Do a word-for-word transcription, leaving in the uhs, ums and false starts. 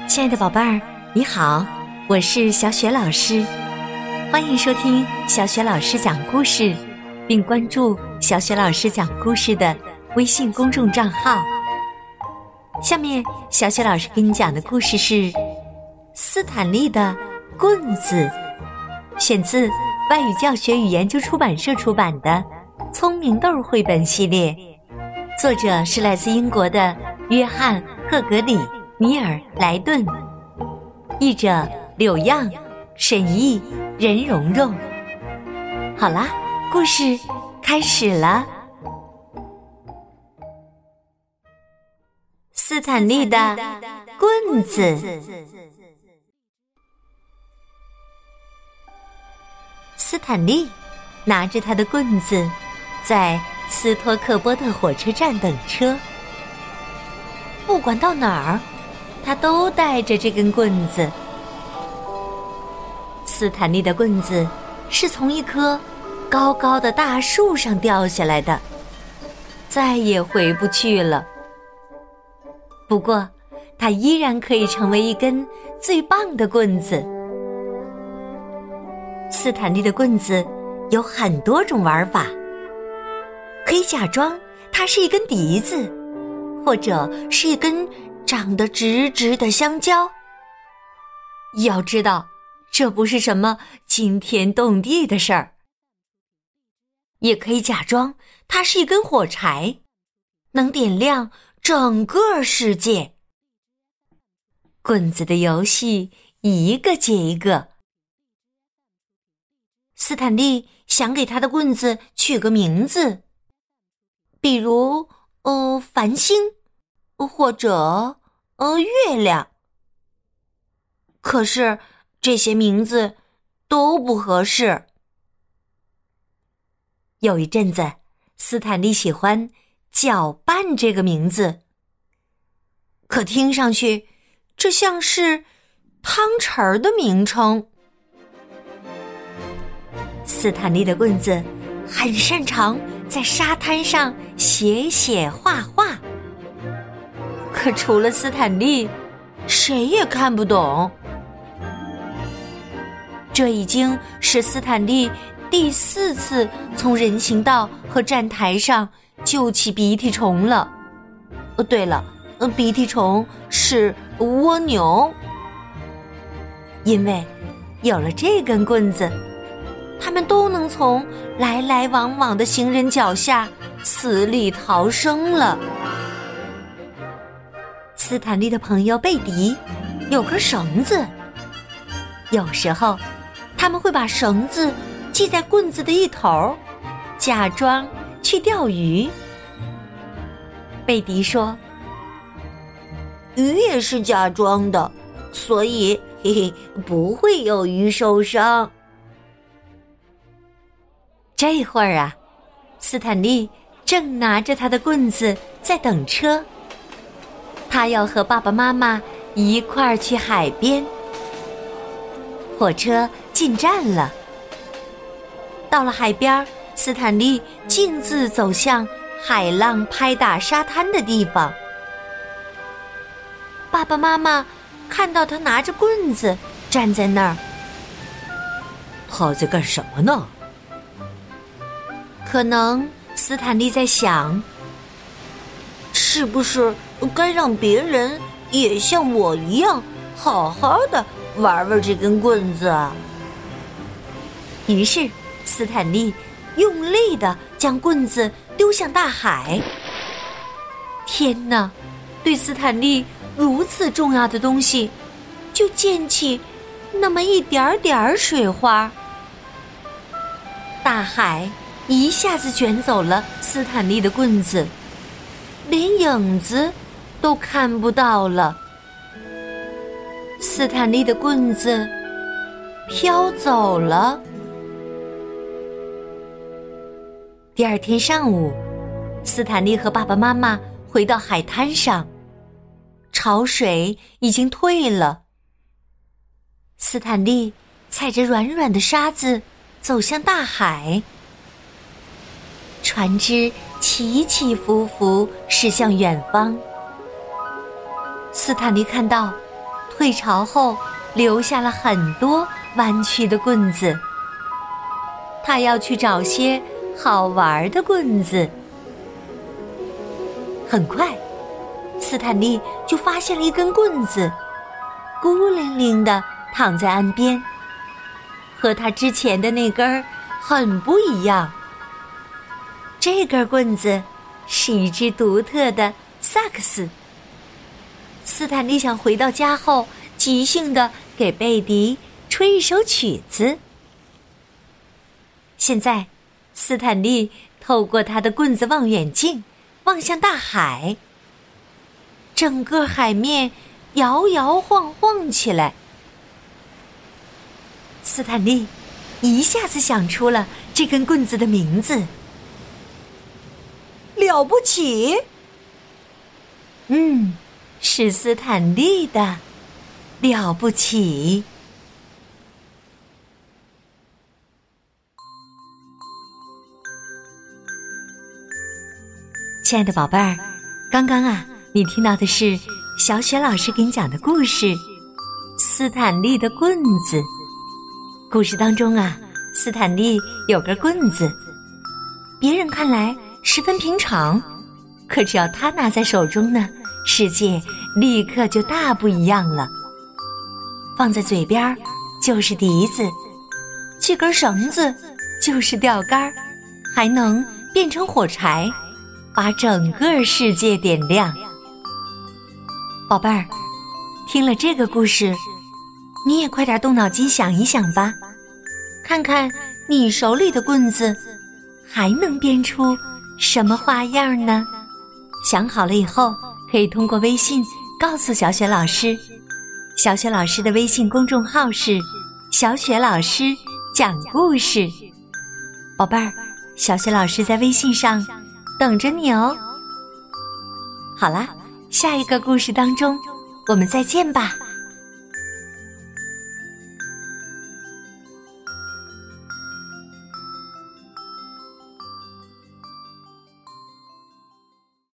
亲爱的宝贝儿，你好，我是小雪老师，欢迎收听小雪老师讲故事，并关注小雪老师讲故事的微信公众账号。下面小雪老师给你讲的故事是斯坦利的棍子，选自外语教学与研究出版社出版的《聪明豆》绘本系列，作者是来自英国的约翰·赫格里尼尔莱顿，译者柳样，沈译任蓉蓉。好啦，故事开始了。斯坦利的棍子。斯坦利拿着他的棍子，在斯托克波特火车站等车。不管到哪儿，他都带着这根棍子。斯坦利的棍子是从一棵高高的大树上掉下来的，再也回不去了。不过，它依然可以成为一根最棒的棍子。斯坦利的棍子有很多种玩法，可以假装它是一根笛子，或者是一根长得直直的香蕉。要知道，这不是什么惊天动地的事儿。也可以假装它是一根火柴，能点亮整个世界。棍子的游戏一个接一个。斯坦利想给他的棍子取个名字，比如呃繁星，或者呃月亮。可是这些名字都不合适。有一阵子，斯坦利喜欢搅拌这个名字，可听上去这像是汤匙儿的名称。斯坦利的棍子很擅长在沙滩上写写画画，可除了斯坦利，谁也看不懂。这已经是斯坦利第四次从人行道和站台上救起鼻涕虫了。哦，对了，鼻涕虫是蜗牛。因为有了这根棍子，他们都能从来来往往的行人脚下死里逃生了。斯坦利的朋友贝迪有根绳子，有时候他们会把绳子系在棍子的一头，假装去钓鱼。贝迪说，鱼也是假装的，所以嘿嘿，不会有鱼受伤。这会儿啊，斯坦利正拿着他的棍子在等车，他要和爸爸妈妈一块儿去海边。火车进站了，到了海边，斯坦利径自走向海浪拍打沙滩的地方。爸爸妈妈看到他拿着棍子站在那儿。他在干什么呢？可能斯坦利在想，是不是该让别人也像我一样好好的玩玩这根棍子啊？于是斯坦利用力地将棍子丢向大海。天哪，对斯坦利如此重要的东西，就溅起那么一点点水花。大海一下子卷走了斯坦利的棍子，连影子都看不到了。斯坦利的棍子飘走了。第二天上午，斯坦利和爸爸妈妈回到海滩上，潮水已经退了。斯坦利踩着软软的沙子走向大海，船只起起伏伏驶向远方。斯坦利看到退潮后留下了很多弯曲的棍子。他要去找些好玩的棍子。很快，斯坦利就发现了一根棍子，孤零零地躺在岸边，和他之前的那根儿很不一样。这根棍子是一只独特的萨克斯。斯坦利想回到家后即兴地给贝迪吹一首曲子。现在，斯坦利透过他的棍子望远镜望向大海，整个海面摇摇晃晃起来。斯坦利一下子想出了这根棍子的名字，了不起。嗯，是斯坦利的了不起。亲爱的宝贝儿，刚刚啊，你听到的是小雪老师给你讲的故事《斯坦利的棍子》。故事当中啊，斯坦利有根棍子，别人看来十分平常，可只要他拿在手中呢，世界立刻就大不一样了。放在嘴边就是笛子，系根绳子就是钓竿，还能变成火柴，把整个世界点亮。宝贝儿，听了这个故事，你也快点动脑筋想一想吧，看看你手里的棍子还能编出什么花样呢？想好了以后，可以通过微信告诉小雪老师。小雪老师的微信公众号是小雪老师讲故事。宝贝儿，小雪老师在微信上等着你哦。好啦，下一个故事当中我们再见吧。